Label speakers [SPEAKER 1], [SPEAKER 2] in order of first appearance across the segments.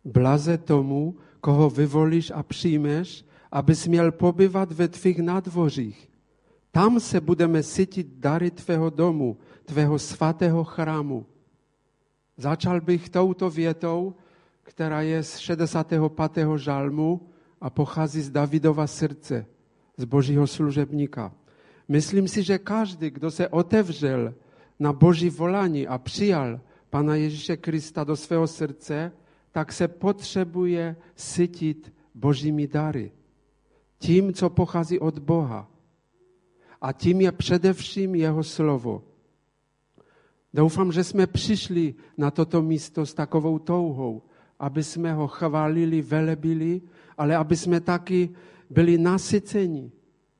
[SPEAKER 1] Blaze tomu, koho vyvolíš a přijmeš, abys měl pobyvat ve tvých nádvořích. Tam se budeme sytit dary tvého domu, tvého svatého chrámu. Začal bych touto větou, která je z 65. žalmu a pochází z Davidova srdce, z Božího služebníka. Myslím si, že každý, kdo se otevřel na Boží volání a přijal Pana Ježíše Krista do svého srdce, tak se potřebuje sytit Božími dary. Tím, co pochází od Boha. A tím je především jeho slovo. Doufám, že jsme přišli na toto místo s takovou touhou, aby jsme ho chválili, velebili, ale aby jsme taky byli nasyceni.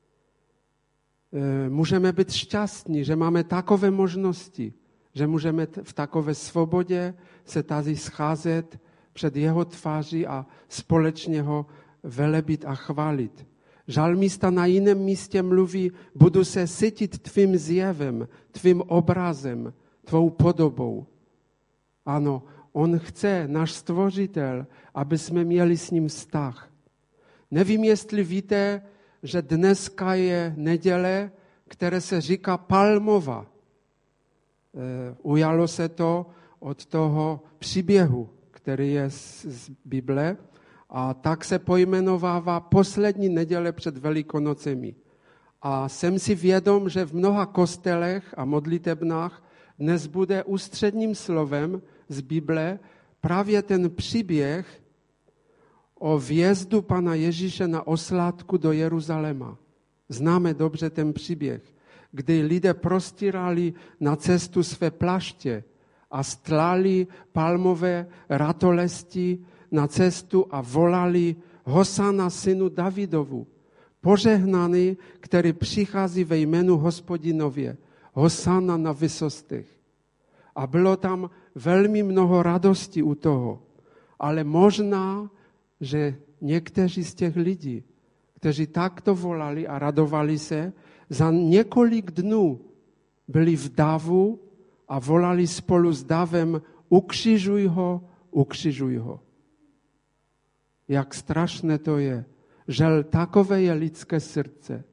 [SPEAKER 1] Můžeme být šťastní, že máme takové možnosti, že můžeme v takové svobodě se tady scházet před jeho tváří a společně ho velebit a chválit. Žalmista na jiném místě mluví, budu se sytit tvým zjevem, tvým obrazem, tvou podobou. Ano, on chce, náš stvořitel, aby jsme měli s ním vztah. Nevím, jestli víte, že dneska je neděle, které se říká Palmova. Ujalo se to od toho příběhu, který je z Bible, a tak se pojmenovává poslední neděle před Velikonocemi. A jsem si vědom, že v mnoha kostelech a modlitebnách dnes bude ústředním slovem z Bible právě ten příběh o vjezdu Pana Ježíše na oslátku do Jeruzaléma. Známe dobře ten příběh, kdy lidé prostírali na cestu své plaště a stlali palmové ratolesti na cestu a volali Hosana synu Davidovu, požehnaný, který přichází ve jménu Hospodinově, Hosana na vysostech. A bylo tam velmi mnoho radosti u toho, ale možná, že někteří z těch lidí, kteří takto volali a radovali se, za několik dnů byli v davu a volali spolu s davem ukřižuj ho, ukřižuj ho. Jak strašné to je. Žel, takové je lidské srdce.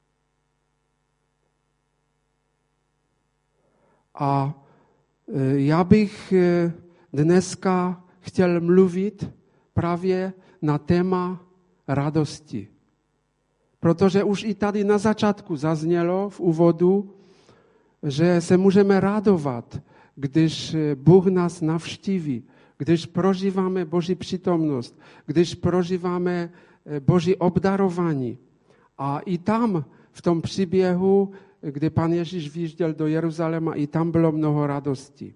[SPEAKER 1] A já bych dneska chtěl mluvit právě na téma radosti. Protože už i tady na začátku zaznělo v úvodu, že se můžeme radovat, když Bůh nás navštíví, když prožíváme Boží přítomnost, když prožíváme Boží obdarování. A i tam, v tom příběhu, kdy Pan Ježíš vyjížděl do Jeruzaléma, i tam bylo mnoho radosti.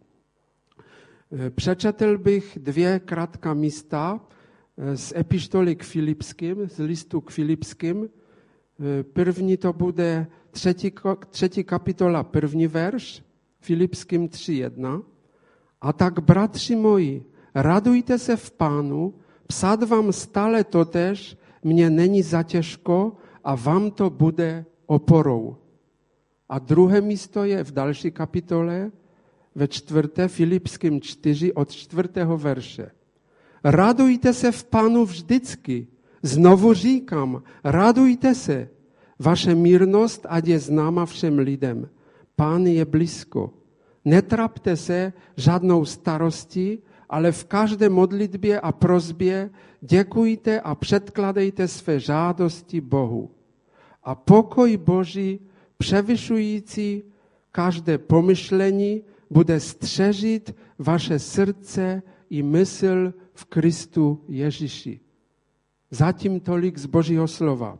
[SPEAKER 1] Přečetl bych 2 krátká místa z epištoly k Filipským, z listu k Filipským. První to bude 3. kapitola, 1. verš, Filipským 3:1. A tak, bratři moji, radujte se v Pánu, psát vám stále totéž, mně není zatěžko a vám to bude oporou. A druhé místo je v další kapitole, ve 4. Filipským 4 od 4. verše. Radujte se v Pánu vždycky. Znovu říkám, radujte se. Vaše mírnost ať je známa všem lidem. Pán je blízko. Netrapte se žádnou starostí, ale v každé modlitbě a prosbě děkujte a předkladejte své žádosti Bohu. A pokoj Boží, převyšující každé pomyšlení, bude střežit vaše srdce i mysl v Kristu Ježíši. Zatím tolik z Božího slova.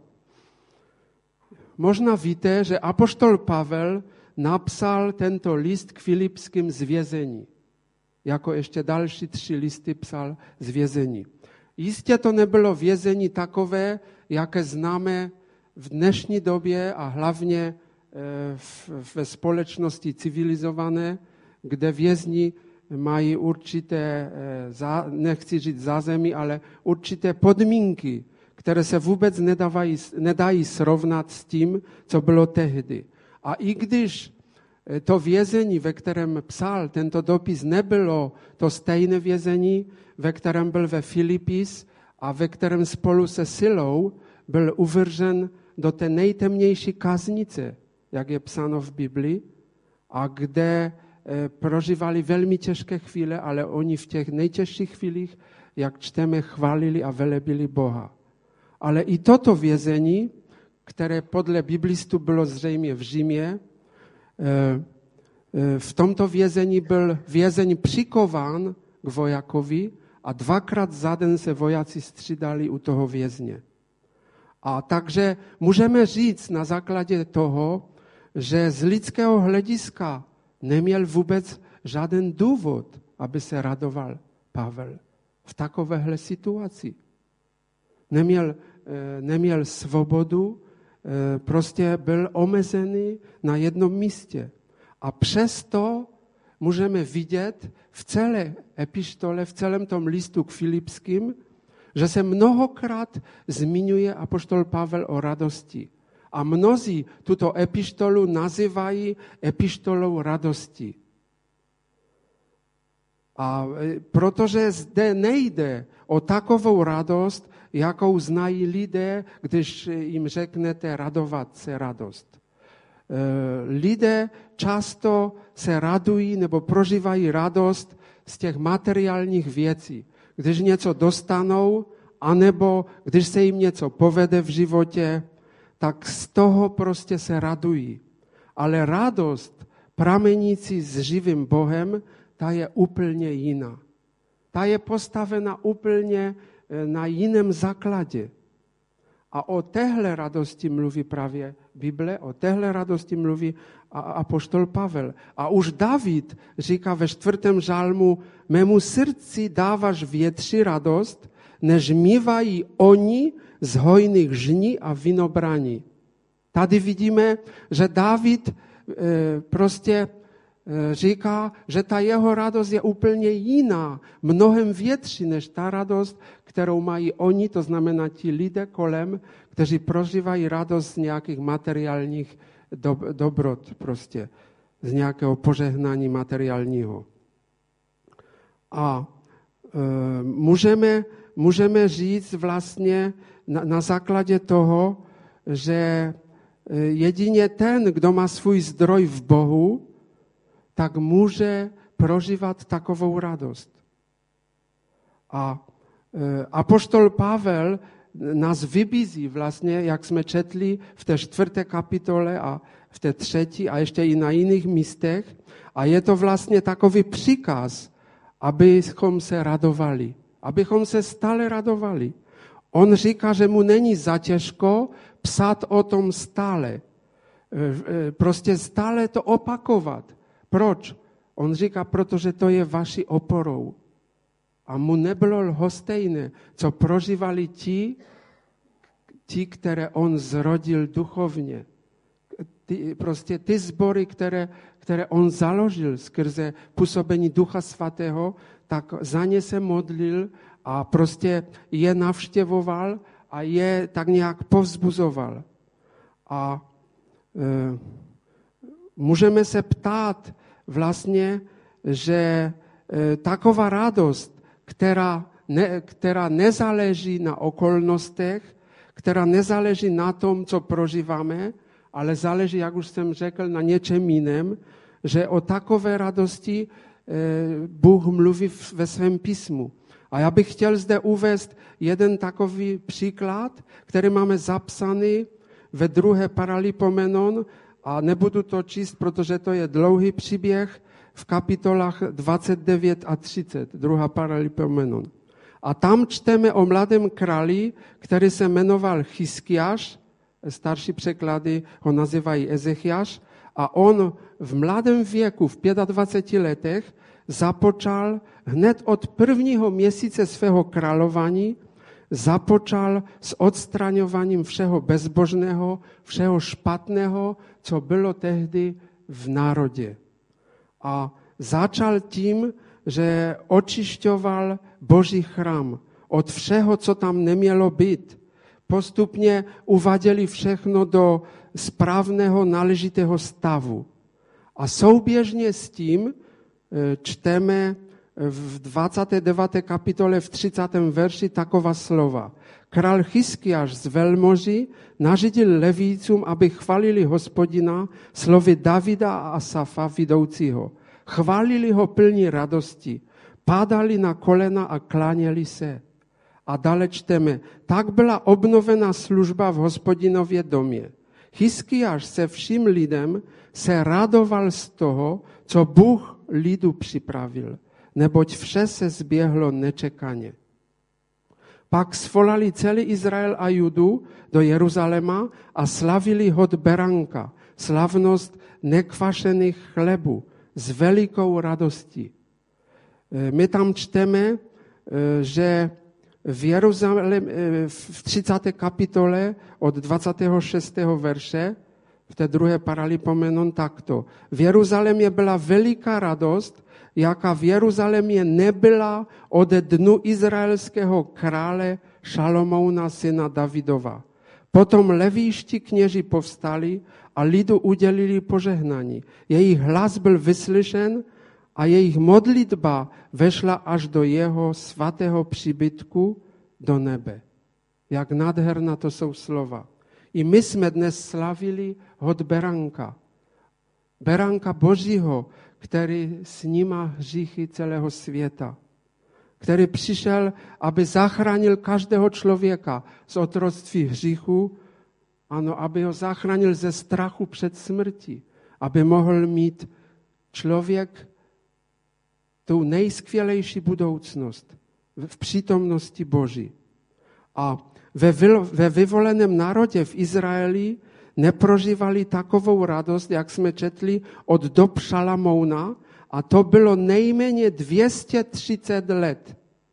[SPEAKER 1] Možná víte, že apoštol Pavel napsal tento list k Filipským z vězení. Jako ještě další 3 listy psal z vězení. Jistě to nebylo vězení takové, jaké známe v dnešní době a hlavně ve společnosti civilizované, kde vězni mají určité, nechci říct zázemí, ale určité podmínky, které se vůbec nedají srovnat s tím, co bylo tehdy. A i když to vězení, ve kterém psal tento dopis, nebylo to stejné vězení, ve kterém byl ve Filipis a ve kterém spolu se silou byl uvržen do té nejtemnější kaznice, jak je psáno v Biblii, a kde prožívali velmi těžké chvíle, ale oni v těch nejtěžších chvílích, jak čteme, chválili a velebili Boha. Ale i toto vězení, které podle biblistů bylo zřejmě v Římě, v tomto vězení byl vězeň přikován k vojakovi a 2krát za den se vojáci střídali u toho vězně. A takže můžeme říct na základě toho, že z lidského hlediska neměl vůbec žádný důvod, aby se radoval Pavel v takovéhle situaci. Neměl svobodu, prostě byl omezený na jednom místě. A přesto můžeme vidět v celé epištole, v celém tom listu k Filipským, že se mnohokrát zmiňuje apoštol Pavel o radosti. A mnozí tuto epištolu nazývají epištolou radosti. A protože zde nejde o takovou radost, jakou znají lidé, když jim řeknete radovat se radost. Lidé často se radují nebo prožívají radost z těch materiálních věcí. Když něco dostanou, anebo když se jim něco povede v životě, tak z toho prostě se radují. Ale radost pramenící s živým Bohem, ta je úplně jiná. Ta je postavena úplně na jiném základě. A o téhle radosti mluví právě Bible, o téhle radosti mluví apoštol Pavel. A už David říká ve 4. žalmu, mému srdci dáváš větší radost, než mívají oni z hojných žní a vinobraní. Tady vidíme, že David prostě říká, že ta jeho radost je úplně jiná, mnohem větší než ta radost, kterou mají oni, to znamená ti lidé kolem, kteří prožívají radost z nějakých materiálních dobrot, prostě z nějakého požehnání materiálního. A můžeme říct vlastně na základě toho, že jedině ten, kdo má svůj zdroj v Bohu, tak může prožívat takovou radost. A apoštol Pavel nás vybízí vlastně, jak jsme četli v té 4. kapitole a v té 3. a ještě i na jiných místech. A je to vlastně takový příkaz, abychom se radovali. Abychom se stále radovali. On říká, že mu není zatěžko psát o tom stále. Prostě stále to opakovat. Proč? On říká, protože to je vaší oporou. A mu nebylo lhostejné, co prožívali ti, které on zrodil duchovně. Prostě ty sbory, které on založil skrze působení Ducha Svatého, tak za ně se modlil a prostě je navštěvoval a je tak nějak povzbuzoval. A můžeme se ptát vlastně, že taková radost, která nezáleží na okolnostech, která nezáleží na tom, co prožíváme, ale záleží, jak už jsem řekl, na něčem jiném, že o takové radosti Bůh mluví ve svém písmu. A já bych chtěl zde uvést jeden takový příklad, který máme zapsaný ve 2. Paralipomenon a nebudu to číst, protože to je dlouhý příběh v kapitolách 29 a 30, 2. Paralipomenon. A tam čteme o mladém králi, který se jmenoval Chiskiáš, starší překlady ho nazývají Ezechiáš, a on v mladém věku, v 25 letech, započal hned od prvního měsíce svého králování, započal s odstraňováním všeho bezbožného, všeho špatného, co bylo tehdy v národě. A začal tím, že očišťoval Boží chrám od všeho, co tam nemělo být. Postupně uváděli všechno do správného, náležitého stavu. A souběžně s tím čteme v 29. kapitole v 30. verši taková slova. Král Chiskiáš z velmoži nařídil Levícům, aby chválili Hospodina slovy Davida a Asafa vidoucího. Chválili ho plní radosti, padali na kolena a kláněli se. A dále čteme, tak byla obnovena služba v Hospodinově domě. Chiskiáš se vším lidem se radoval z toho, co Bůh lidu připravil, neboť vše se zběhlo nečekaně. Pak svolali celý Izrael a Judu do Jeruzaléma a slavili hod beránka, slavnost nekvašených chlebů, s velikou radostí. My tam čteme, že v Jeruzalémě v 30. kapitole od 26. verše, v té druhé paralipomenon takto. V Jeruzalémě byla veliká radost, jaká v Jeruzalémě nebyla od dnu izraelského krále Šalomouna syna Davidova. Potom levíští kněži povstali a lidu udělili požehnání. Jejich hlas byl vyslyšen a jejich modlitba vešla až do jeho svatého příbytku do nebe. Jak nádherná to jsou slova. I my jsme dnes slavili hod beránka. Beránka Božího, který snímá hříchy celého světa. Který přišel, aby zachránil každého člověka z otroctví hříchu, ano, aby ho zachránil ze strachu před smrtí, aby mohl mít člověk tu nejskvělejší budoucnost v přítomnosti Boží. A ve vyvoleném národě v Izraeli neprožívali takovou radost, jak jsme četli od dob Šalamouna, a to bylo nejméně 230 let.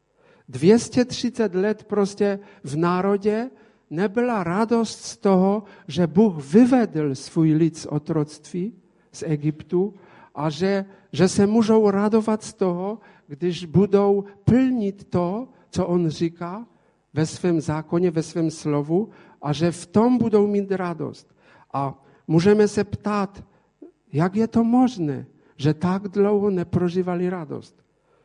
[SPEAKER 1] 230 let prostě v národě nebyla radost z toho, že Bůh vyvedl svůj lid z otroctví, z Egyptu, a že se můžou radovat z toho, když budou plnit to, co on říká ve svém zákoně, ve svém slovu, a že v tom budou mít radost. A můžeme se ptát, jak je to možné, že tak dlouho neprožívali radost.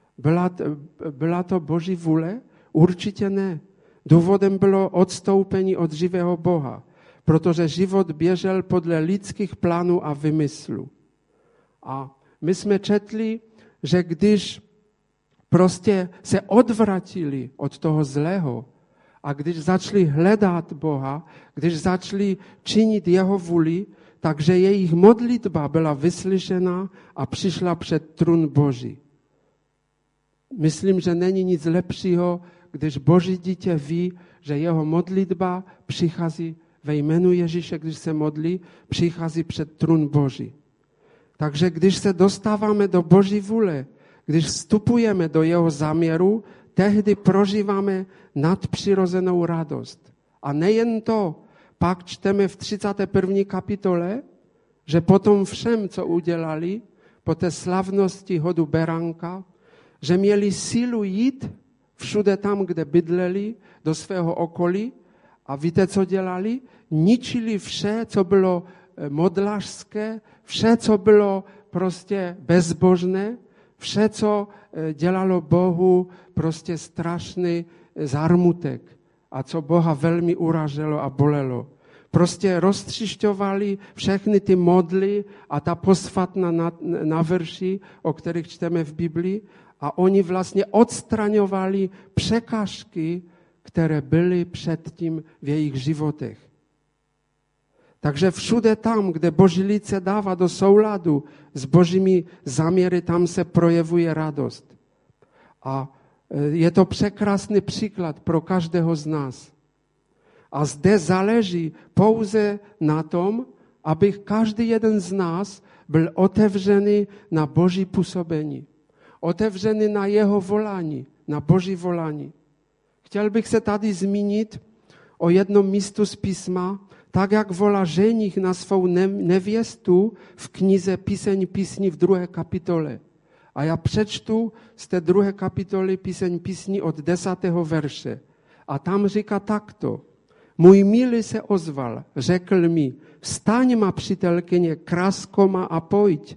[SPEAKER 1] Byla to Boží vůle? Určitě ne. Důvodem bylo odstoupení od živého Boha, protože život běžel podle lidských plánů a vymyslů. A my jsme četli, že když prostě se odvratili od toho zlého a když začali hledat Boha, když začali činit jeho vůli, takže jejich modlitba byla vyslyšena a přišla před trůn Boží. Myslím, že není nic lepšího, když Boží dítě ví, že jeho modlitba přichází ve jménu Ježíše, když se modlí, přichází před trůn Boží. Takže když se dostáváme do Boží vůle, když vstupujeme do jeho záměru, tehdy prožíváme nadpřirozenou radost. A nejen to, pak čteme v 31. kapitole, že potom všem, co udělali, po té slavnosti hodu beránka, že měli sílu jít všude tam, kde bydleli, do svého okolí. A víte, co dělali? Ničili vše, co bylo modlařské, vše, co bylo prostě bezbožné, vše, co dělalo Bohu prostě strašný zármutek a co Boha velmi uraželo a bolelo. Prostě roztřišťovali všechny ty modly a ta posvatná návrši, o kterých čteme v Biblii, a oni vlastně odstraňovali překážky, které byly předtím v jejich životech. Takže všude tam, kde Boží lid se dává do souladu s Božími záměry, tam se projevuje radost. A je to překrásný příklad pro každého z nás. A zde záleží pouze na tom, aby každý jeden z nás byl otevřený na Boží působení. Otevřený na jeho volání, na Boží volání. Chtěl bych se tady zmínit o jednom místu z písma, tak jak volá ženich na svou nevěstu v knize Píseň písní v 2. kapitole. A já přečtu z té 2. kapitoly Píseň písní od 10. verše. A tam říká takto. Můj milý se ozval, řekl mi, vstaň má přítelkyně, krásko má a pojď.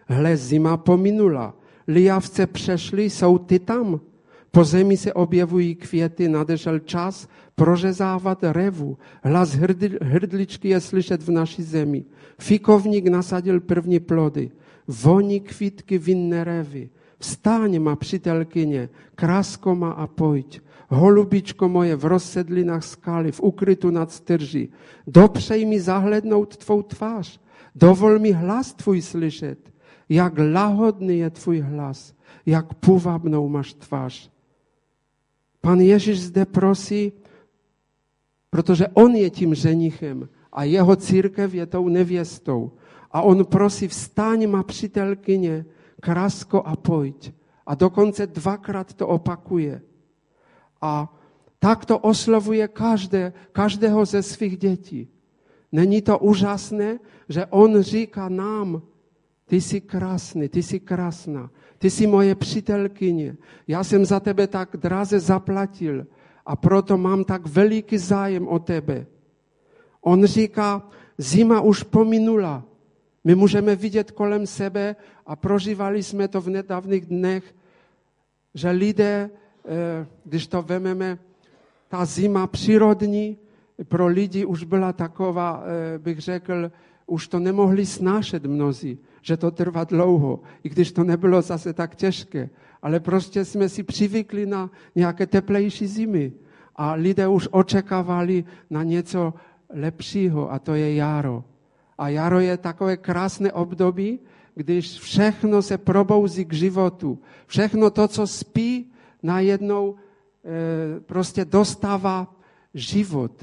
[SPEAKER 1] Hle, zima pominula, lijavce přešly, jsou ty tam. Po zemi se objevují květy, nadešel čas prořezávat revu. Hlas hrdličky je slyšet v naší zemi. Fikovník nasadil první plody. Voní kvítky vinné revy. Vstáň, má přítelkyně, krásko má a pojď. Holubičko moje v rozsedlinách skaly, v ukrytu nad strží. Dopřej mi zahlednout tvou tvář. Dovol mi hlas tvůj slyšet. Jak lahodný je tvůj hlas, jak půvabnou máš tvář. Pan Ježíš zde prosí, protože on je tím ženichem a jeho církev je tou nevěstou. A on prosí, vstaň, má přítelkyně, krásko a pojď. A dokonce dvakrát to opakuje. A tak to oslovuje každého ze svých dětí. Není to úžasné, že on říká nám, ty jsi krásný, ty jsi krásná, ty jsi moje přítelkyně, já jsem za tebe tak draze zaplatil a proto mám tak veliký zájem o tebe. On říká, zima už pominula. My můžeme vidět kolem sebe a prožívali jsme to v nedávných dnech, že lidé, když to vememe, ta zima přírodní pro lidi už byla taková, bych řekl, už to nemohli snášet mnozí, že to trvá dlouho, i když to nebylo zase tak těžké. Ale prostě jsme si přivykli na nějaké teplejší zimy a lidé už očekávali na něco lepšího a to je jaro. A jaro je takové krásné období, když všechno se probouzí k životu. Všechno to, co spí, najednou prostě dostává život.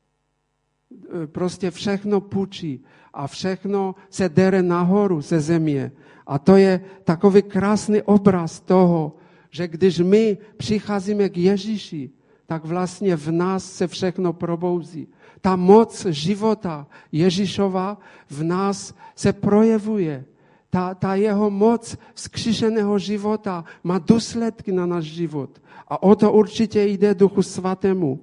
[SPEAKER 1] Prostě všechno pučí a všechno se dere nahoru ze země. A to je takový krásný obraz toho, že když my přicházíme k Ježíši, tak vlastně v nás se všechno probouzí. Ta moc života Ježíšova v nás se projevuje. Ta jeho moc vzkříšeného života má důsledky na náš život. A o to určitě jde Duchu Svatému.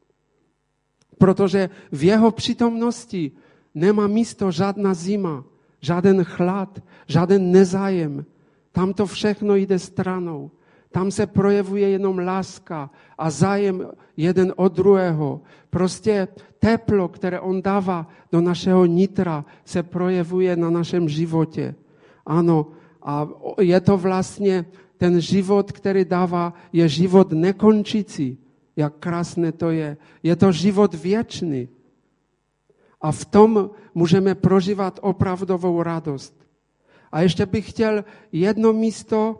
[SPEAKER 1] Protože v jeho přítomnosti nemá místo žádná zima, žádný chlad, žádný nezájem. Tam to všechno jde stranou. Tam se projevuje jenom láska a zájem jeden od druhého. Prostě teplo, které on dává do našeho nitra, se projevuje na našem životě. Ano, a je to vlastně ten život, který dává, je život nekončící. Jak krásné to je. Je to život věčný. A v tom můžeme prožívat opravdovou radost. A ještě bych chtěl jedno místo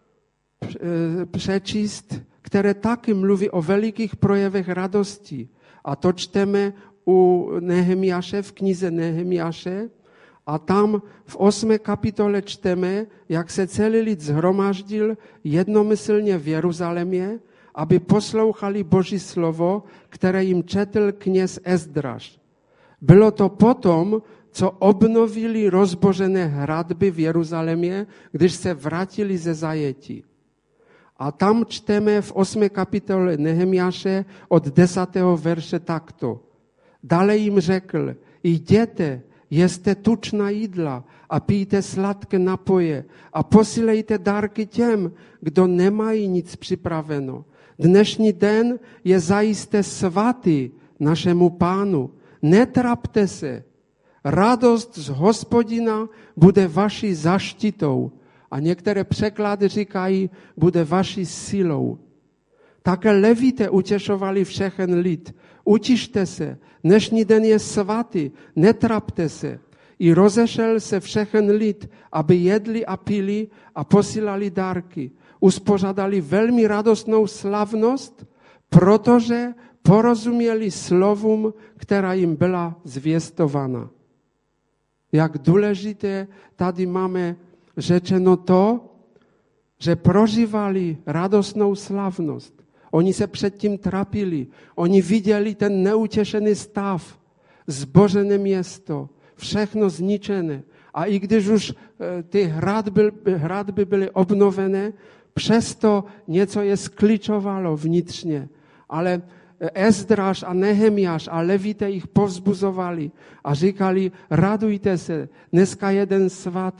[SPEAKER 1] přečíst, které taky mluví o velikých projevech radosti. A to čteme u Nehemiáše, v knize Nehemiáše. A tam v 8. kapitole čteme, jak se celý lid shromáždil jednomyslně v Jeruzalémě, aby poslouchali Boží slovo, které jim četl kněz Esdráš. Bylo to potom, co obnovili rozbořené hradby v Jeruzalémě, když se vrátili ze zajetí. A tam čteme v 8. kapitole Nehemiáše od 10. verše takto. Dále jim řekl, jděte, jeste tučná jídla a pijte sladké napoje a posílejte dárky těm, kdo nemají nic připraveno. Dnešní den je zajisté svatý našemu Pánu. Netrapte se. Radost z Hospodina bude vaší zaštitou. A některé překlady říkají, bude vaší silou. Také Levité utěšovali všechen lid. Utište se, dnešní den je svatý, netrapte se. I rozešel se všechen lid, aby jedli a pili a posílali dárky. Uspořádali velmi radostnou slavnost, protože porozuměli slovům, která jim byla zvěstována. Jak důležité tady máme řečeno to, že prožívali radostnou slavnost. Oni se předtím trapili, oni viděli ten neutěšený stav, zbořené město, všechno zničené. A i když už ty hradby byly obnovené, přesto něco je skličovalo vnitřně. Ale Esdráš a Nehemiáš a Levité jich povzbuzovali a říkali, radujte se, dneska je den svatý.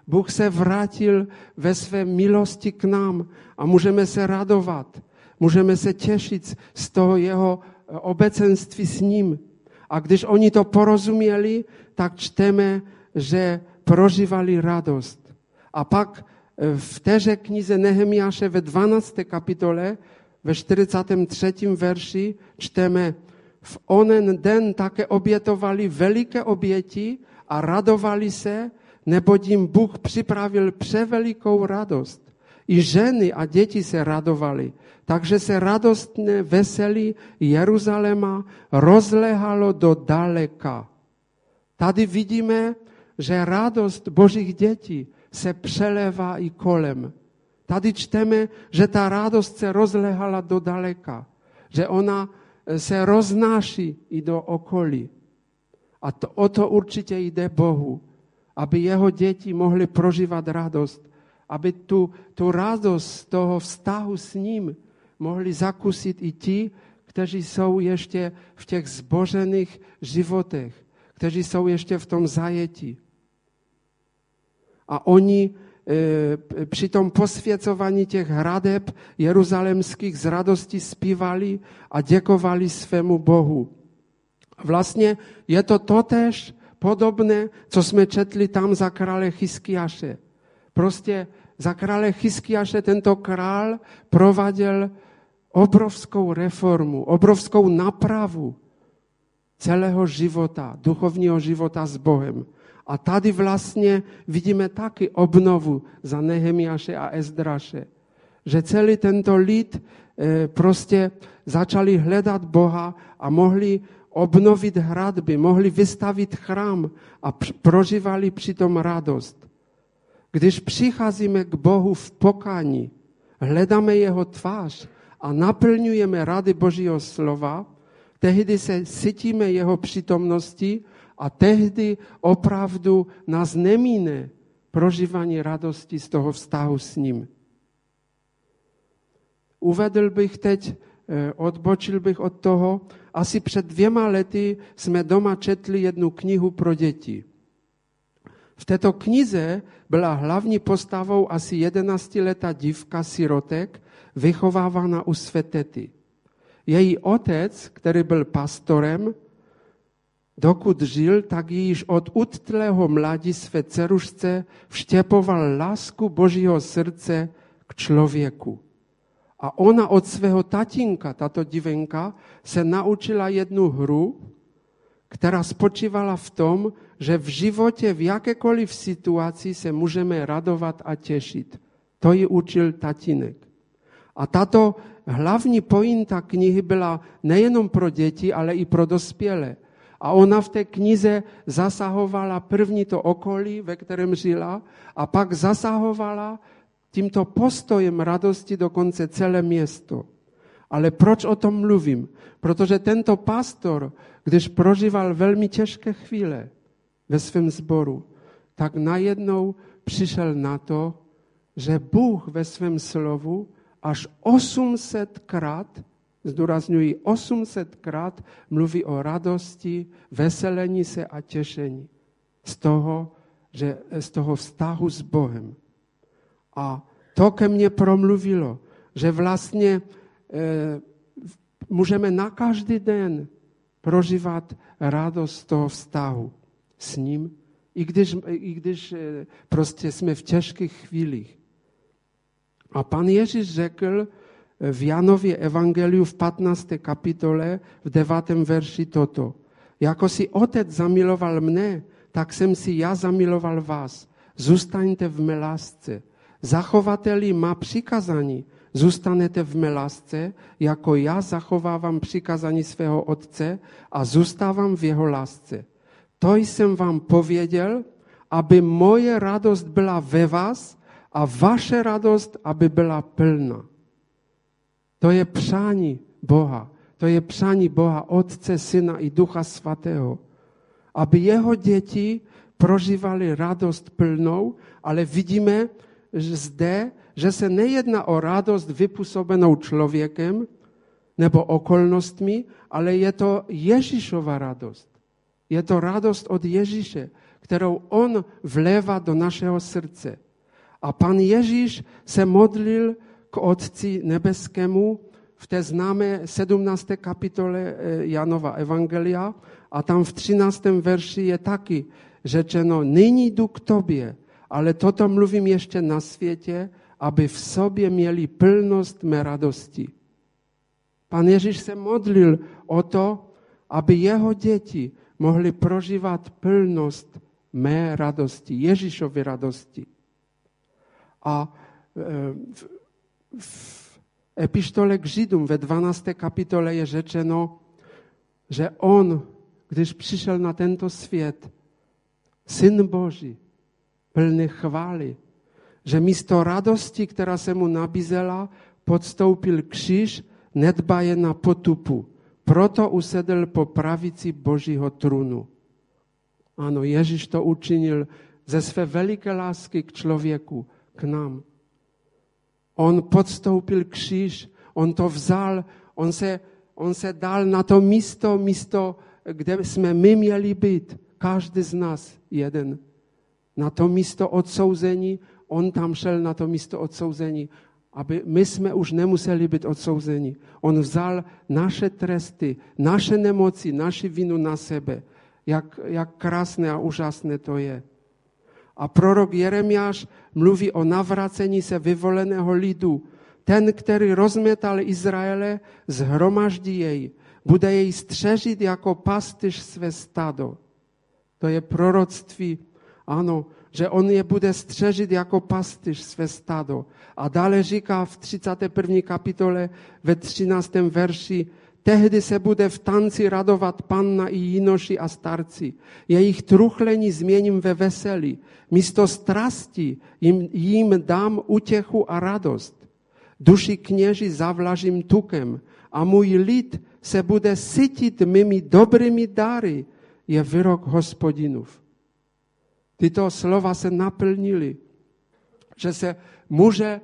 [SPEAKER 1] Bůh se vrátil ve své milosti k nám a můžeme se radovat. Můžeme se těšit z toho jeho obecenství s ním. A když oni to porozuměli, tak čteme, že prožívali radost. A pak v téže knize Nehemiáše ve 12. kapitole, ve 43. verši čteme: v onen den také obětovali veliké oběti a radovali se, neboť jim Bůh připravil převelikou radost. I ženy a děti se radovali, takže se radostné veselí Jeruzaléma rozléhalo do daleka. Tady vidíme, že radost Božích dětí se přelévá i kolem. Tady čteme, že ta radost se rozléhala do daleka, že ona se roznáší i do okolí. A o to určitě jde Bohu, aby jeho děti mohly prožívat radost, aby tu radost z toho vztahu s ním mohli zakusit i ti, kteří jsou ještě v těch zbožených životech, kteří jsou ještě v tom zajetí. A oni při tom posvěcování těch hradeb jeruzalémských z radosti zpívali a děkovali svému Bohu. Vlastně je to totéž podobné, co jsme četli tam za krále Chiskiaše. Prostě za krále Chiskiaše tento král prováděl obrovskou reformu, obrovskou napravu celého života, duchovního života s Bohem. A tady vlastně vidíme taky obnovu za Nehemiáše a Ezdraše. Že celý tento lid prostě začali hledat Boha a mohli obnovit hradby, mohli vystavit chrám a prožívali přitom radost. Když přicházíme k Bohu v pokání, hledáme jeho tvář a naplňujeme rady Božího slova, tehdy se cítíme jeho přítomnosti a tehdy opravdu nás nemíne prožívání radosti z toho vztahu s ním. Uvedl bych teď, odbočil bych od toho, asi před 2 lety jsme doma četli jednu knihu pro děti. V této knize byla hlavní postavou asi 11letá dívka sirotek, vychovávána u své tety. Její otec, který byl pastorem, dokud žil, tak již od útlého mládí své dcerušce vštěpoval lásku Božího srdce k člověku. A ona od svého tatínka, tato divenka, se naučila jednu hru, která spočívala v tom, že v životě v jakékoliv situaci se můžeme radovat a těšit. To ji učil tatínek. A tato hlavní pointa knihy byla nejenom pro děti, ale i pro dospělé. A ona v té knize zasahovala první to okolí, ve kterém žila, a pak zasahovala tímto postojem radosti dokonce celé město. Ale proč o tom mluvím? Protože tento pastor, když prožíval velmi těžké chvíle ve svém sboru, tak najednou přišel na to, že Bůh ve svém slovu až 800krát, zdůrazňuji 800krát, mluví o radosti, veselení se a těšení z toho vztahu s Bohem. A to ke mně promluvilo, že vlastně můžeme na každý den prožívat radost z toho vztahu s ním, i když prostě jsme v těžkých chvílích. A pan Ježíš řekl v Janově evangeliu v 15. kapitole v 9. verši toto. Jako si otec zamiloval mne, tak jsem si já zamiloval vás. Zůstaňte v mé lásce. Zachovateli má přikazání, zůstanete v mé lásce, jako já zachovávám přikazání svého otce a zůstávám v jeho lásce. To jsem vám pověděl, aby moje radost byla ve vás a vaše radost, aby byla plná. To je přání Boha. To je přání Boha, Otce, Syna i Ducha Svatého. Aby jeho děti prožívali radost plnou, ale vidíme zde, že se nejedná o radost vypůsobenou člověkem nebo okolnostmi, ale je to Ježíšova radost. Je to radost od Ježíše, kterou on vlévá do našeho srdce. A pan Ježíš se modlil k Otci nebeskému v té známé 17. kapitole Janova Evangelia a tam v 13. verši je taky řečeno, nyní jdu k tobě, ale toto mluvím ještě na světě, aby v sobě měli plnost mé radosti. Pan Ježíš se modlil o to, aby jeho děti mohli prožívat plnost mé radosti, Ježíšovy radosti. A v epištole k Židům ve 12. kapitole je řečeno, že on, když přišel na tento svět, Syn Boží, plný chvály, že místo radosti, která se mu nabízela, podstoupil kříž, nedbaje na potupu. Proto usedl po pravici Božího trůnu. Ano, Ježíš to učinil ze své veliké lásky k člověku, k nám. On podstoupil kříž, on to vzal, on se dal na to místo, kde jsme my měli být, každý z nás jeden. Na to místo odsouzení, on tam šel na to místo odsouzení, aby my jsme už nemuseli být odsouzeni. On vzal naše tresty, naše nemoci, naši vinu na sebe. Jak krásné a úžasné to je. A prorok Jeremiáš mluví o navracení se vyvoleného lidu. Ten, který rozmetal Izraele, zhromaždí jej. Bude jej střežit jako pastýř své stádo. To je proroctví, ano, že on je bude střežit jako pastýř své stádo. A dále říká v 31. kapitole ve 13. verši, tehdy se bude v tanci radovat panna i jinoši a starci. Jejich truchlení změním ve veselí. Místo strasti jim dám útěchu a radost. Duši kněží zavlažím tukem a můj lid se bude sytit mými dobrými dary, je výrok Hospodinův. Tyto slova se naplnily, že se může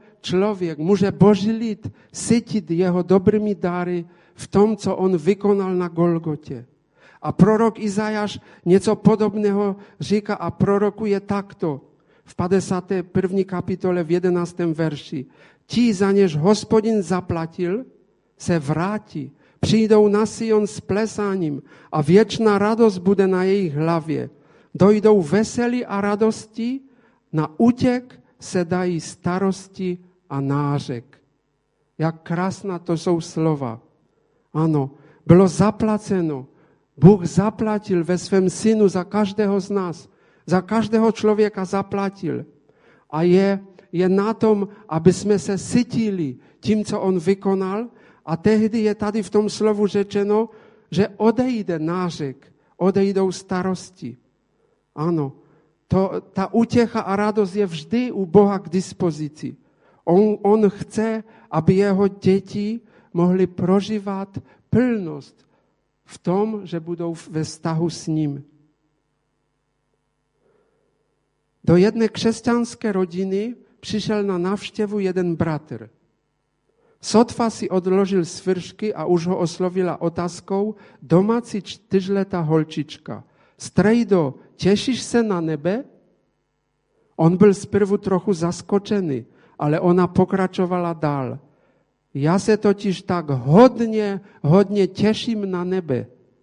[SPEAKER 1] Boží lid sytit jeho dobrými dary v tom, co on vykonal na Golgotě. A prorok Izajáš něco podobného říká a prorokuje takto v 51. kapitole v 11. verši. Ti, za něž Hospodin zaplatil, se vrátí, přijdou na Sion s plesáním a věčná radost bude na jejich hlavě. Dojdou veselí a radosti, na útěk se dají starosti a nářek. Jak krásná to jsou slova. Ano, bylo zaplaceno. Bůh zaplatil ve svém synu za každého z nás. Za každého člověka zaplatil. A je na tom, aby jsme se sytili tím, co on vykonal. A tehdy je tady v tom slovu řečeno, že odejde nářek, odejdou starosti. Ano, ta útěcha a radost je vždy u Boha k dispozici. On chce, aby jeho děti mohli prožívat plnost v tom, že budou ve vztahu s ním. Do jedné křesťanské rodiny přišel na návštěvu jeden bratr. Sotva si odložil svršky a už ho oslovila otázkou domácí 4letá holčička. Strejdo, těšíš se na nebe? On byl zprvu trochu zaskočený, ale ona pokračovala dál. Já se totiž tak hodně těším na nebe.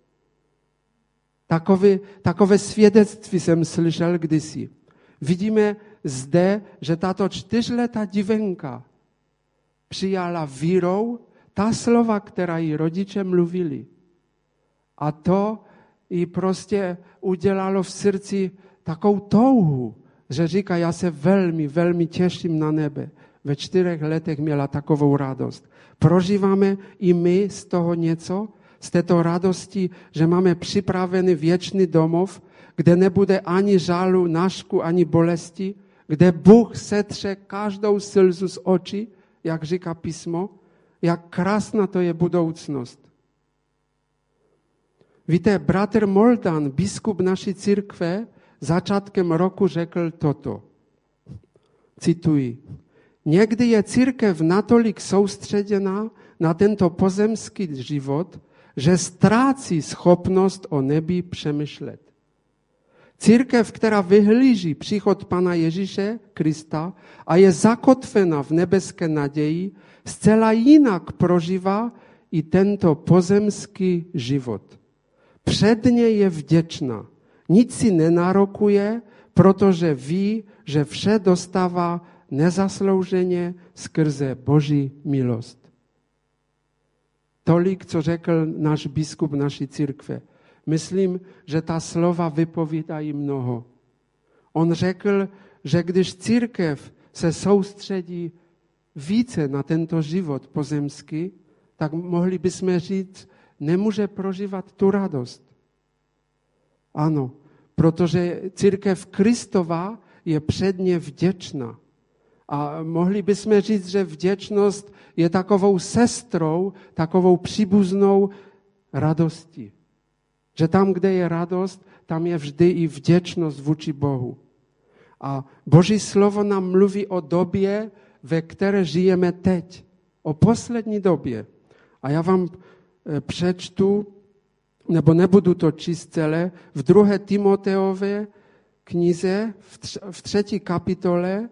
[SPEAKER 1] Takové svědectví jsem slyšel kdysi. Vidíme zde, že tato 4letá divenka přijala vírou ta slova, která jí rodiče mluvili. A to jí prostě udělalo v srdci takovou touhu, že říká, já se velmi, velmi těším na nebe. Ve 4 letech měla takovou radost. Prožíváme i my z toho něco, z této radosti, že máme připravený věčný domov, kde nebude ani žalu, nášku, ani bolesti, kde Bůh setře každou slzu z očí, jak říká písmo, jak krásná to je budoucnost. Víte, bratr Moldan, biskup naší církve, začátkem roku řekl toto. Cituji. Někdy je církev natolik soustředěná na tento pozemský život, že ztrácí schopnost o nebi přemýšlet. Církev, která vyhlíží příchod Pana Ježíše Krista a je zakotvena v nebeské naději, zcela jinak prožívá i tento pozemský život. Předně je vděčná, nic si nenárokuje, protože ví, že vše dostává nezaslouženě skrze Boží milost. Tolik, co řekl náš biskup naší církve. Myslím, že ta slova vypovídají mnoho. On řekl, že když církev se soustředí více na tento život pozemský, tak mohli bychom říct, nemůže prožívat tu radost. Ano, protože církev Kristova je předně vděčná. A mohli bychom říct, že vděčnost je takovou sestrou, takovou příbuznou radosti. Že tam, kde je radost, tam je vždy i vděčnost vůči Bohu. A Boží slovo nám mluví o době, ve které žijeme teď. O poslední době. A já vám přečtu, nebo nebudu to číst celé, v 2. Timoteově knize, v 3. kapitole,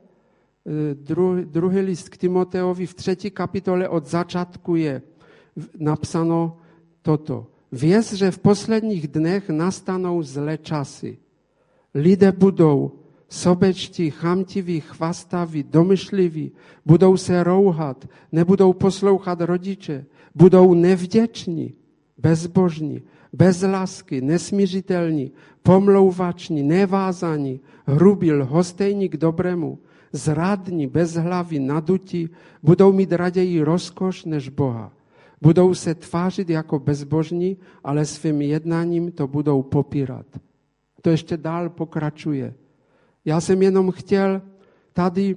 [SPEAKER 1] druhý list k Timoteovi, v 3. kapitole od začátku je napsáno toto. Věz, že v posledních dnech nastanou zlé časy. Lidé budou sobečtí, chamtiví, chvastaví, domyšliví, budou se rouhat, nebudou poslouchat rodiče, budou nevděční, bezbožní, bez lásky, nesmířitelní, pomlouvační, nevázaní, hrubí, lhostejní k dobrému, zradní, bezhlaví, nadutí, budou mít raději rozkoš než Boha. Budou se tvářit jako bezbožní, ale svým jednáním to budou popírat. To ještě dál pokračuje. Já jsem jenom chtěl tady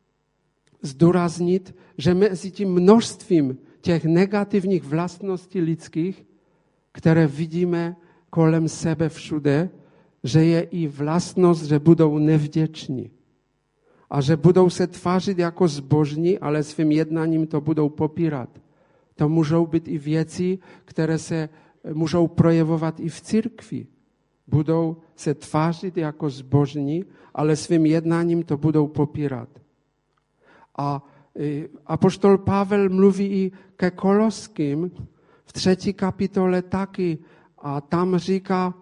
[SPEAKER 1] zdůraznit, že mezi tím množstvím těch negativních vlastností lidských, které vidíme kolem sebe všude, že je i vlastnost, že budou nevděční. A že budou se tvářit jako zbožní, ale svým jednáním to budou popírat. To můžou být i věci, které se můžou projevovat i v církvi. Budou se tvářit jako zbožní, ale svým jednáním to budou popírat. A apoštol Pavel mluví i ke Koloským v 3. kapitole taky a tam říká,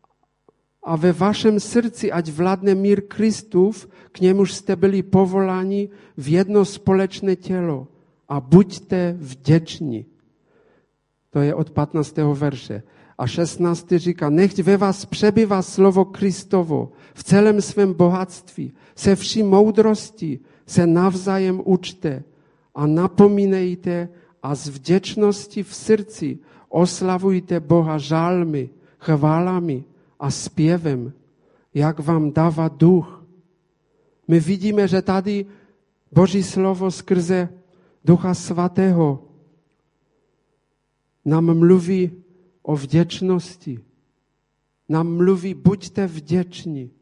[SPEAKER 1] a ve vašem srdci ať vládne mír Kristův, k němuž jste byli povoláni v jedno společné tělo a buďte vděční. To je od 15. verše. A 16. říká, nechť ve vás přebývá slovo Kristovo v celém svém bohatství, se vší moudrostí se navzájem učte a napomínejte a z vděčnosti v srdci oslavujte Boha žálmy, chválami a zpěvem, jak vám dává duch. My vidíme, že tady Boží slovo skrze Ducha Svatého nám mluví o vděčnosti. Nám mluví, buďte vděční.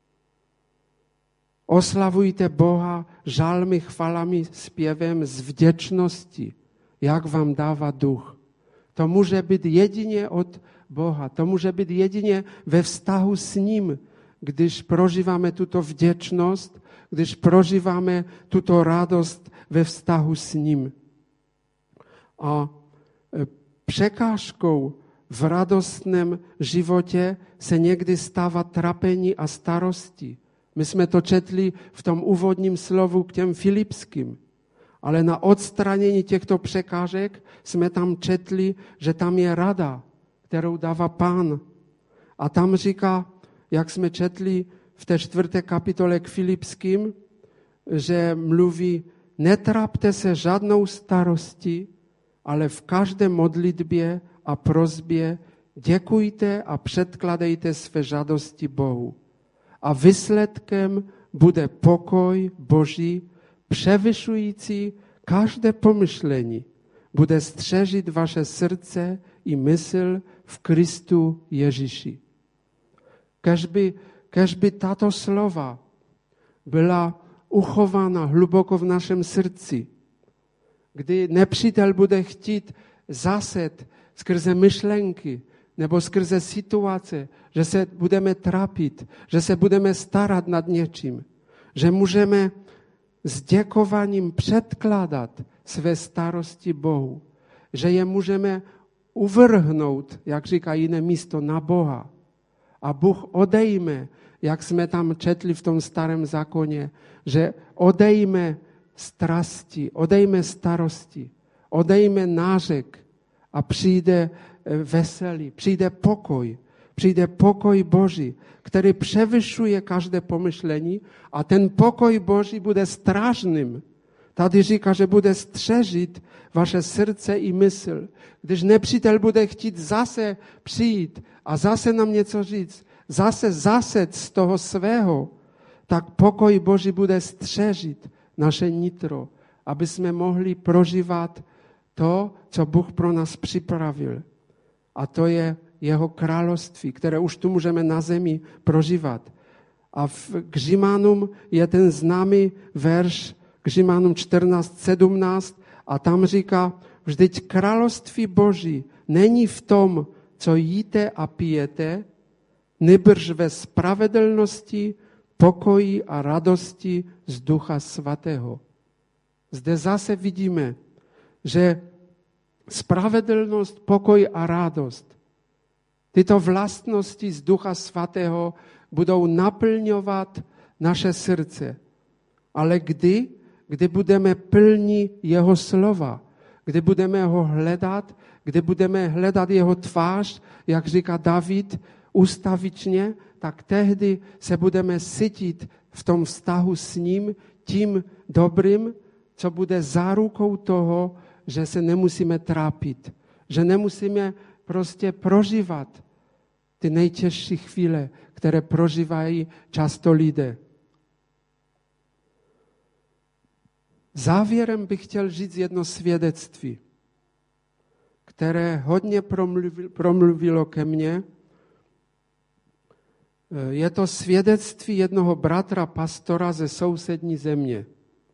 [SPEAKER 1] Oslavujte Boha žálmy, chvalami, zpěvem z vděčnosti, jak vám dává duch. To může být jedině od Boha. To může být jedině ve vztahu s ním, když prožíváme tuto vděčnost, když prožíváme tuto radost ve vztahu s ním. A překážkou v radostném životě se někdy stává trápení a starosti. My jsme to četli v tom úvodním slovu k těm Filipským. Ale na odstranění těchto překážek jsme tam četli, že tam je rada, kterou dává Pán. A tam říká, jak jsme četli v té 4. kapitole k Filipským, že mluví, netrápte se žádnou starostí, ale v každé modlitbě a prosbě děkujte a předkladejte své žádosti Bohu. A výsledkem bude pokoj Boží, převyšující každé pomyšlení. Bude střežit vaše srdce i mysl v Kristu Ježíši. Kéž by tato slova byla uchována hluboko v našem srdci, kdy nepřítel bude chtít zaset skrze myšlenky, nebo skrze situace, že se budeme trápit, že se budeme starat nad něčím, že můžeme s děkováním předkládat své starosti Bohu, že je můžeme uvrhnout, jak říká jiné místo, na Boha. A Bůh odejme, jak jsme tam četli v tom starém zákoně, že odejme strasti, odejme starosti, odejme nářek a přijde veselí, přijde pokoj Boží, který převyšuje každé pomyšlení a ten pokoj Boží bude strážným. Tady říká, že bude střežit vaše srdce i mysl. Když nepřítel bude chtít zase přijít a zase nám něco říct, zase zased z toho svého, tak pokoj Boží bude střežit naše nitro, aby jsme mohli prožívat to, co Bůh pro nás připravil. A to je jeho království, které už tu můžeme na zemi prožívat. A k Římanům je ten známý verš, k Římanům 14:17, a tam říká, vždyť království Boží není v tom, co jíte a pijete, nýbrž ve spravedlnosti, pokoji a radosti z Ducha Svatého. Zde zase vidíme, že spravedlnost, pokoj a radost, tyto vlastnosti z Ducha Svatého budou naplňovat naše srdce. Ale kdy? Kdy budeme plní jeho slova, kdy budeme ho hledat, kdy budeme hledat jeho tvář, jak říká David, ustavičně, tak tehdy se budeme cítit v tom vztahu s ním tím dobrým, co bude zárukou toho, že se nemusíme trápit, že nemusíme prostě prožívat ty nejtěžší chvíle, které prožívají často lidé. Závěrem bych chtěl říct jedno svědectví, které hodně promluvilo ke mně. Je to svědectví jednoho bratra pastora ze sousední země.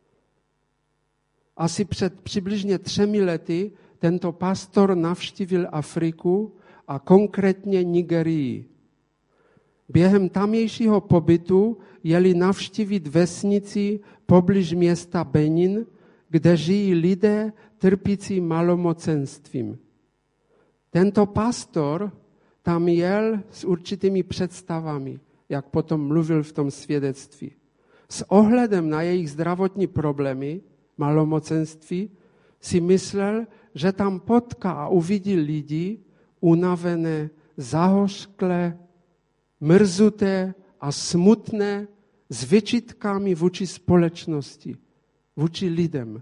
[SPEAKER 1] Asi před přibližně 3 lety tento pastor navštívil Afriku a konkrétně Nigerii. Během tamějšího pobytu jeli navštívit vesnici poblíž města Benin, kde žijí lidé trpící malomocenstvím. Tento pastor tam jel s určitými představami, jak potom mluvil v tom svědectví. S ohledem na jejich zdravotní problémy, malomocenství, si myslel, že tam potká a uvidí lidi unavené, zahořklé, mrzuté a smutné s vyčitkami vůči společnosti, vůči lidem.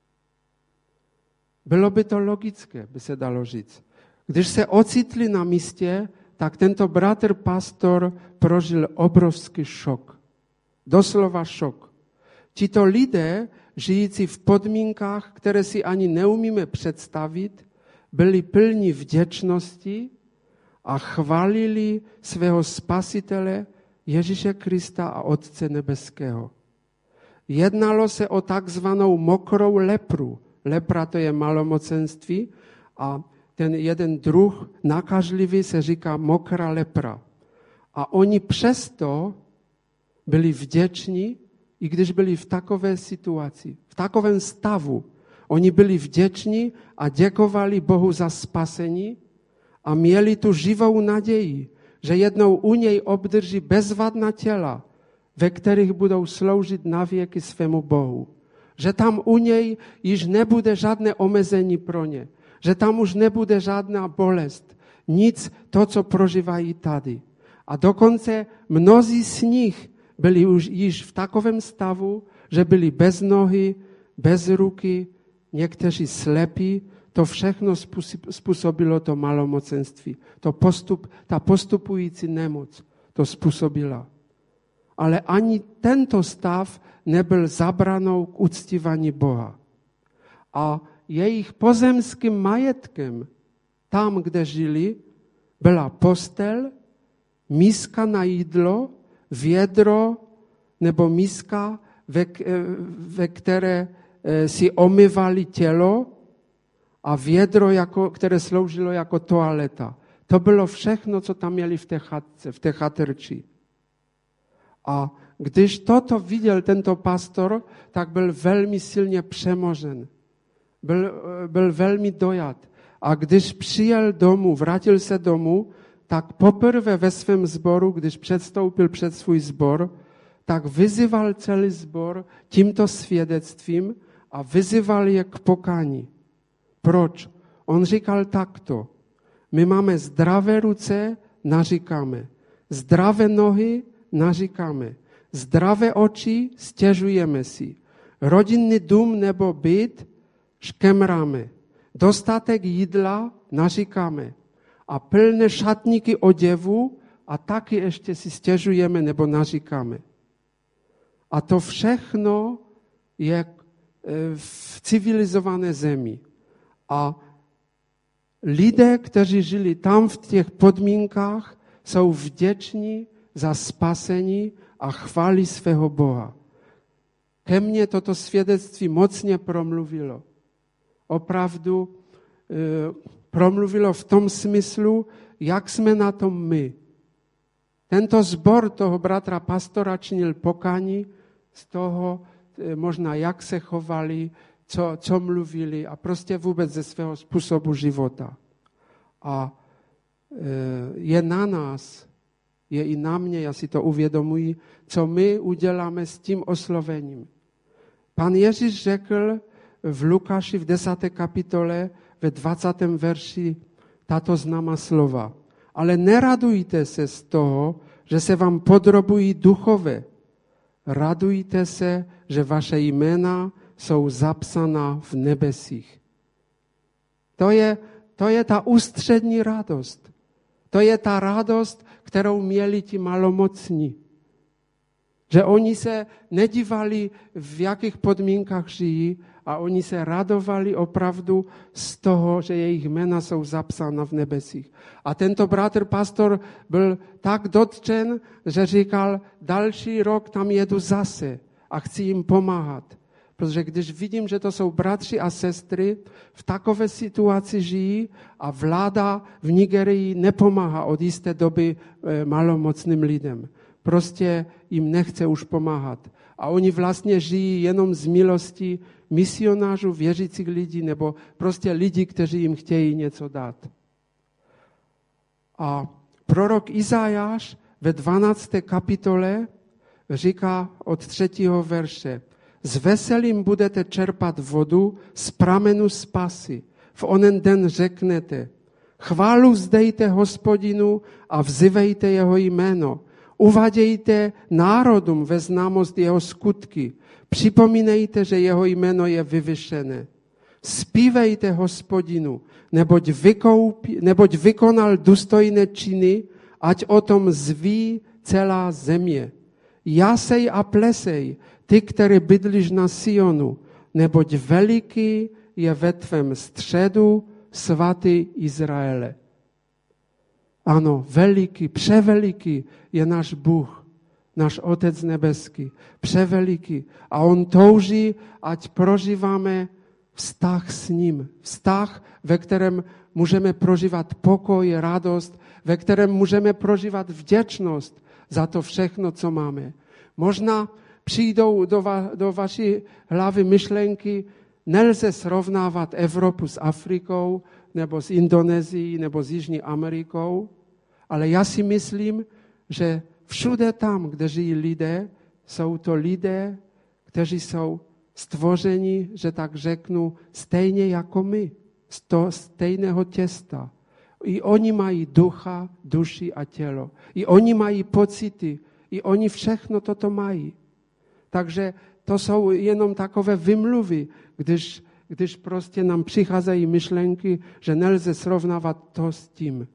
[SPEAKER 1] Bylo by to logické, by se dalo říct. Když se ocitli na místě, tak tento bratr pastor prožil obrovský šok. Doslova šok. Tito lidé, žijící v podmínkách, které si ani neumíme představit, byli plní vděčnosti a chválili svého spasitele Ježíše Krista a Otce nebeského. Jednalo se o takzvanou mokrou lepru. Lepra to je malomocenství a ten jeden druh nakažlivý se říká mokrá lepra. A oni přesto byli vděční, i když byli v takové situaci, v takovém stavu. Oni byli vděční a děkovali Bohu za spasení a měli tu živou naději, že jednou u něj obdrží bezvadná těla, ve kterých budou sloužit na věky svému Bohu. Že tam u něj již nebude žádné omezení pro ně, že tam už nebude žádná bolest, nic to, co prožívají tady. A dokonce mnozí z nich byli už již v takovém stavu, že byli bez nohy, bez ruky, někteří slepí. To všechno způsobilo to malomocenství. Ta postupující nemoc to způsobila. Ale ani tento stav nebyl zabranou k uctívání Boha. A jejich pozemským majetkem, tam, kde žili, byla postel, míska na jídlo, vědro nebo míska, ve které si omývali tělo a vědro, které sloužilo jako toaleta. To bylo všechno, co tam měli v té chatce, v té chatrči. A když toto viděl tento pastor, tak byl velmi silně přemožen. Byl velmi dojat. A když přijel domů, vrátil se domů, tak poprvé ve svém sboru, když předstoupil před svůj sbor, tak vyzýval celý sbor tímto svědectvím a vyzýval je k pokání. Proč? On říkal takto. My máme zdravé ruce, naříkáme. Zdravé nohy, naříkáme. Zdravé oči, stěžujeme si. Rodinný dům nebo byt, škemráme. Dostatek jídla, naříkáme. A plné šatníky oděvu a taky ještě si stěžujeme nebo naříkáme. A to všechno je v civilizované zemi. A lidé, kteří žili tam v těch podmínkách, jsou vděční za spasení a chválí svého Boha. Ke mně toto svědectví mocně promluvilo. Opravdu promluvilo v tom smyslu, jak jsme na tom my. Tento sbor toho bratra pastora činil pokání z toho, možná jak se chovali, co mluvili a prostě vůbec ze svého způsobu života. A je na nás, je i na mě, já si to uvědomuji, co my uděláme s tím oslovením. Pan Ježíš řekl v Lukáši v 10. kapitole ve 20. verši tato známá slova. Ale neradujte se z toho, že se vám podrobují duchové. Radujte se, že vaše jména jsou zapsaná v nebesích. To je ta ústřední radost. To je ta radost, kterou měli ti malomocní. Že oni se nedívali, v jakých podmínkách žijí, a oni se radovali opravdu z toho, že jejich jména jsou zapsána v nebesích. A tento bratr pastor byl tak dotčen, že říkal, další rok tam jedu zase a chci jim pomáhat. Protože když vidím, že to jsou bratři a sestry, v takové situaci žijí a vláda v Nigerii nepomáhá od jisté doby malomocným lidem. Prostě jim nechce už pomáhat. A oni vlastně žijí jenom z milosti misionářů, věřících lidí nebo prostě lidí, kteří jim chtějí něco dát. A prorok Izajáš ve 12. kapitole říká od 3. verše: S veselím budete čerpat vodu z pramenu spasy. V onen den řeknete: chválu vzdejte Hospodinu a vzývejte jeho jméno. Uvádějte národům ve známost jeho skutky. Připomínejte, že jeho jméno je vyvyšené. Zpívejte Hospodinu, neboť vykonal důstojné činy, ať o tom zví celá země. Jasej a plesej, ty, který bydlíš na Sionu, neboť veliký je ve tvém středu svatý Izraele. Ano, veliký, převeliký je náš Bůh, náš Otec nebeský, převeliký. A on touží, ať prožíváme vztah s ním. Vztah, ve kterém můžeme prožívat pokoj, radost, ve kterém můžeme prožívat vděčnost za to všechno, co máme. Možná přijdou do vaší hlavy myšlenky, nelze srovnávat Evropu s Afrikou, nebo s Indonésií, nebo s Jižní Amerikou, ale já si myslím, že všude tam, kde žijí lidé, jsou to lidé, kteří jsou stvořeni, že tak řeknu, stejně jako my, z toho stejného těsta. I oni mají ducha, duši a tělo. I oni mají pocity, i oni všechno toto mají. Takže to jsou jenom takové vymluvy, když prostě nám přicházejí myšlenky, že nelze srovnávat to s tím.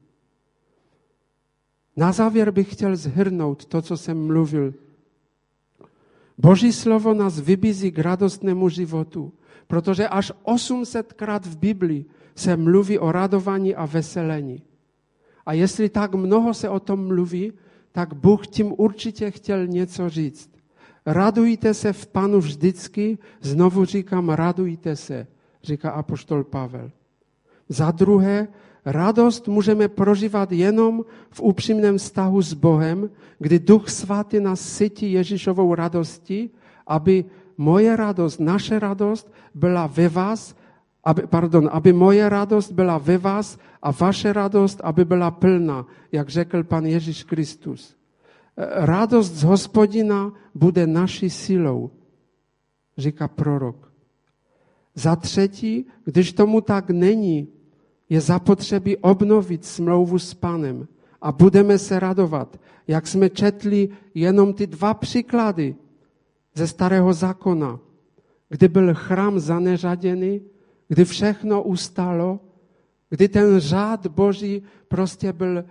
[SPEAKER 1] Na závěr bych chtěl shrnout to, co jsem mluvil. Boží slovo nás vybízí k radostnému životu, protože až 800krát v Biblii se mluví o radování a veselení. A jestli tak mnoho se o tom mluví, tak Bůh tím určitě chtěl něco říct. Radujte se v Panu vždycky, znovu říkám, radujte se, říká apoštol Pavel. Za druhé, radost můžeme prožívat jenom v upřímném vztahu s Bohem, kdy Duch Svatý nás sytí Ježíšovou radostí, aby moje radost, naše radost byla ve vás, aby moje radost byla ve vás a vaše radost, aby byla plná, jak řekl Pan Ježíš Kristus. Radost z Hospodina bude naší silou, říká prorok. Za třetí, když tomu tak není, je zapotřebí obnovit smlouvu s Panem a budeme se radovat, jak jsme četli jenom ty 2 příklady ze Starého zákona, kdy byl chrám zaneřaděný, kdy všechno ustalo, kdy ten řád Boží prostě byl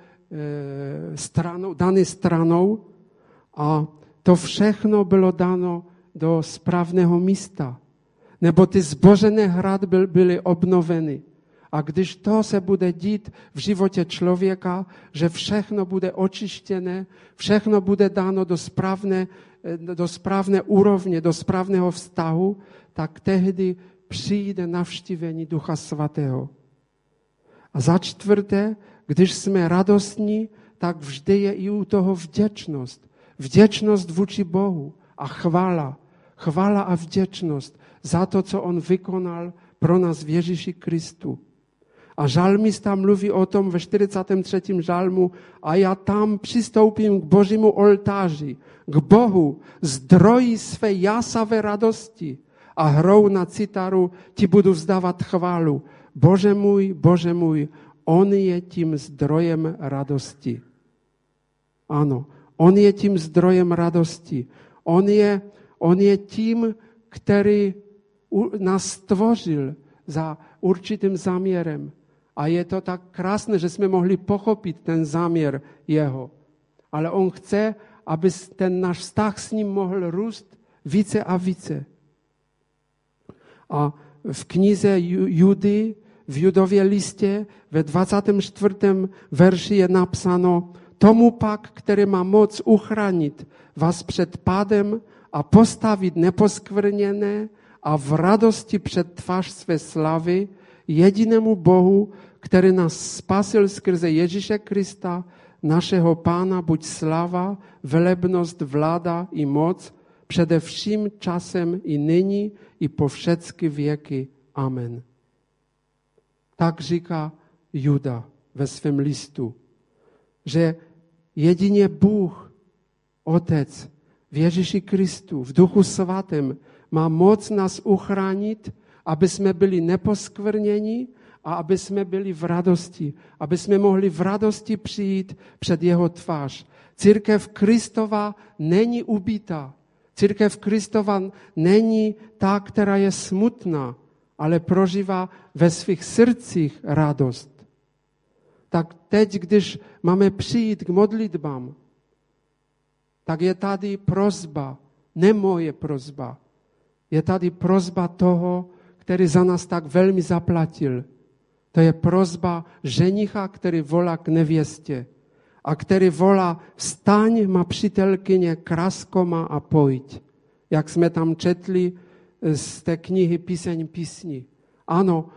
[SPEAKER 1] daný stranou a to všechno bylo dáno do správného místa. Nebo ty zbožené hrady byly obnoveny. A když to se bude dít v životě člověka, že všechno bude očištěné, všechno bude dáno do správné úrovně, do správného vztahu, tak tehdy přijde navštívení Ducha Svatého. A za čtvrté, když jsme radostní, tak vždy je i u toho vděčnost. Vděčnost vůči Bohu a chvála. Chvála a vděčnost za to, co on vykonal pro nás v Ježíši Kristu. A žalmista mluví o tom ve 43. žalmu: a já tam přistoupím k Božímu oltáři, k Bohu, zdroji své jásavé radosti a hrou na citaru ti budu vzdávat chválu. Bože můj, on je tím zdrojem radosti. Ano, on je tím zdrojem radosti. On je tím, který nás stvořil za určitým záměrem. A je to tak krásné, že jsme mohli pochopit ten záměr jeho. Ale on chce, aby ten náš vztah s ním mohl růst více a více. A v knize Judy, v Judově listě, ve 24. verši je napsáno: tomu pak, který má moc uchránit vás před pádem a postavit neposkvrněné a v radosti před tvář své slavy, jedinému Bohu, který nás spasil skrze Ježíše Krista, našeho Pána, buď sláva, velebnost, vláda i moc, především časem i nyní, i po všechny věky. Amen. Tak říká Juda ve svém listu, že jedině Bůh, Otec, v Ježíši Kristu, v Duchu Svatém, má moc nás uchránit, aby jsme byli neposkvrněni a aby jsme byli v radosti, aby jsme mohli v radosti přijít před jeho tvář. Církev Kristova není ubitá. Církev Kristova není ta, která je smutná, ale prožívá ve svých srdcích radost. Tak teď, když máme přijít k modlitbám, tak je tady prosba, ne moje prosba. Je tady prosba toho, který za nás tak velmi zaplatil. To je prosba ženicha, který volá k nevěstě a který volá: vstaň, má přítelkyně, krasko má a pojď. Jak jsme tam četli z té knihy Píseň písní. Ano,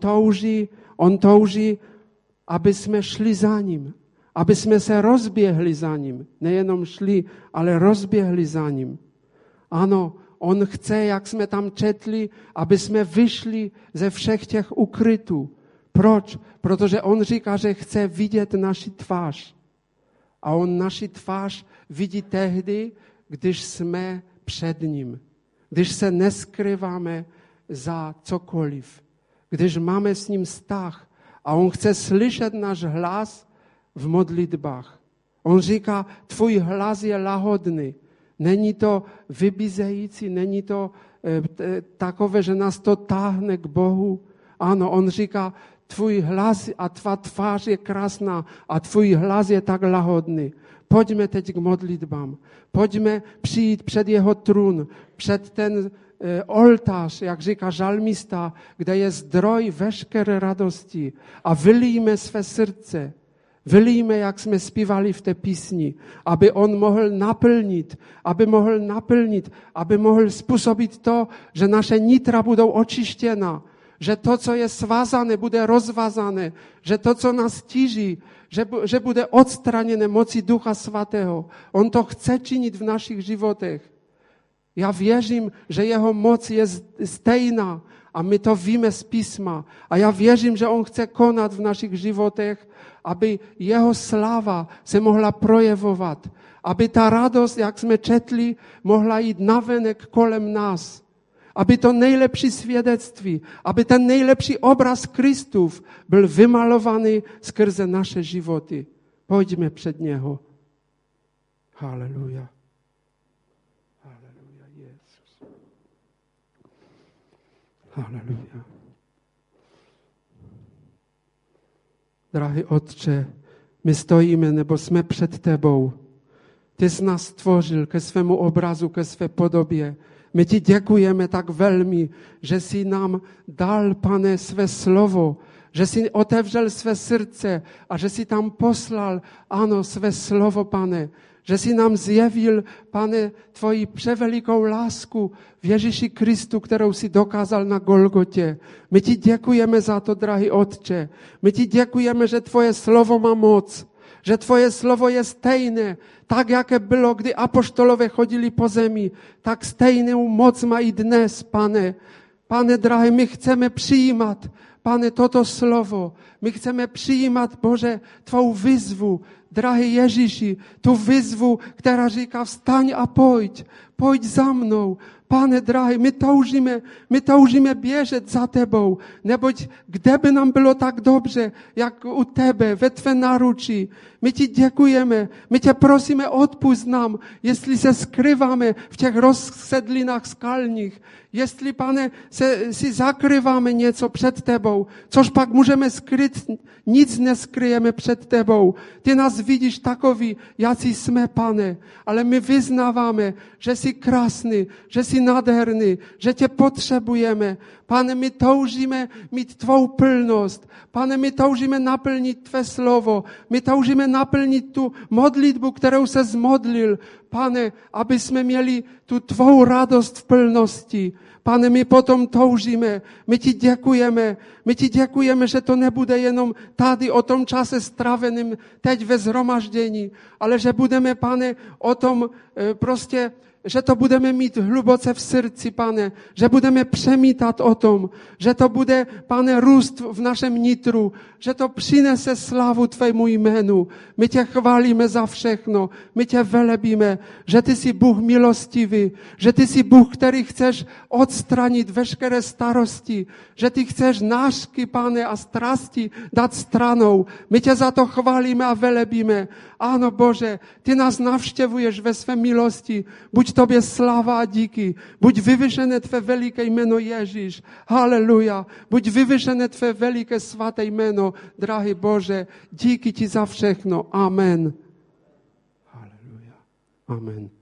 [SPEAKER 1] on touží, aby jsme šli za ním, aby jsme se rozběhli za ním. Nejenom šli, ale rozběhli za ním. Ano, on chce, jak jsme tam četli, aby jsme vyšli ze všech těch ukrytů. Proč? Protože on říká, že chce vidět naši tvář. A on naši tvář vidí tehdy, když jsme před ním. Když se neskrýváme za cokoliv. Když máme s ním vztah. A on chce slyšet náš hlas v modlitbách. On říká: tvůj hlas je lahodný. Není to vybízející, není to takové, že nás to táhne k Bohu. Ano, on říká: tvůj hlas a tvá tvář je krásná a tvůj hlas je tak lahodný. Pojďme teď k modlitbám. Pojďme přijít před jeho trůn, před ten oltář, jak říká žalmista, kde je zdroj veškeré radosti, a vylijme své srdce. Vylijme, jak jsme zpívali v té písni, aby on mohl naplnit, aby mohl způsobit to, že naše nitra budou očištěna, že to, co je svázané, bude rozvázané, že to, co nás tíží, že bude odstraněné moci Ducha Svatého. On to chce činit v našich životech. Já věřím, že jeho moc je stejná a my to víme z písma. A já věřím, že on chce konat v našich životech, aby jeho sláva se mohla projevovat. Aby ta radost, jak jsme četli, mohla jít navenek kolem nás. Aby to nejlepší svědectví, aby ten nejlepší obraz Kristův byl vymalovaný skrze naše životy. Pojďme před něho. Haleluja. Haleluja, Jezus. Haleluja. Drahý Otče, my stojíme, nebo jsme před tebou. Ty jsi nás stvořil ke svému obrazu, ke své podobě. My ti děkujeme tak velmi, že jsi nám dal, Pane, své slovo, že jsi otevřel své srdce a že jsi tam poslal, ano, své slovo, Pane, že jsi nám zjevil, Pane, tvoji převelikou lásku v Ježíši Kristu, kterou jsi dokázal na Golgotě. My ti děkujeme za to, drahý Otče. My ti děkujeme, že tvoje slovo má moc, že tvoje slovo je stejné, tak, jaké bylo, kdy apoštolové chodili po zemi, tak stejnou moc má i dnes, Pane. Pane drahý, my chceme přijímat, Pane, toto slovo. My chceme přijímat, Bože, tvou výzvu, drahý Ježíši, tu výzvu, která říká, vstaň a pojď za mnou. Pane drahý, my toužíme běžet za tebou, neboť kde by nám bylo tak dobře, jak u tebe, ve tvé náručí. My ti děkujeme, my tě prosíme, odpusť nám, jestli se skrýváme v těch rozsedlinách skalních, jestli, Pane, si zakrýváme něco před tebou, což pak můžeme skryt, nic neskryjeme před tebou. Ty nás vidíš takový, jací jsme, Pane, ale my vyznáváme, že jsi krásný, že jsi nádherný, že tě potřebujeme. Pane, my toužíme mít tvou plnost. Pane, my toužíme naplnit tvé slovo. My toužíme naplnit tu modlitbu, kterou se zmodlil. Pane, aby jsme měli tu tvou radost v plnosti. Pane, my potom toužíme. My ti děkujeme, že to nebude jenom tady o tom čase straveným teď ve shromaždění, ale že budeme, Pane, o tom prostě, že to budeme mít hluboce v srdci, Pane, že budeme přemítat o tom, že to bude, Pane, růst v našem nitru, že to přinese slávu tvému jménu. My tě chválíme za všechno, my tě velebíme, že ty jsi Bůh milostivý, že ty jsi Bůh, který chceš odstranit veškeré starosti, že ty chceš nášky, Pane, a strasti dát stranou. My tě za to chválíme a velebíme. Ano, Bože, ty nás navštěvuješ ve své milosti. Buď tobě sláva a díky. Buď vyvyšené tvé veliké jméno Ježíš. Haleluja. Buď vyvyšené tvé veliké svaté jméno, drahý Bože. Díky ti za všechno. Amen. Haleluja. Amen.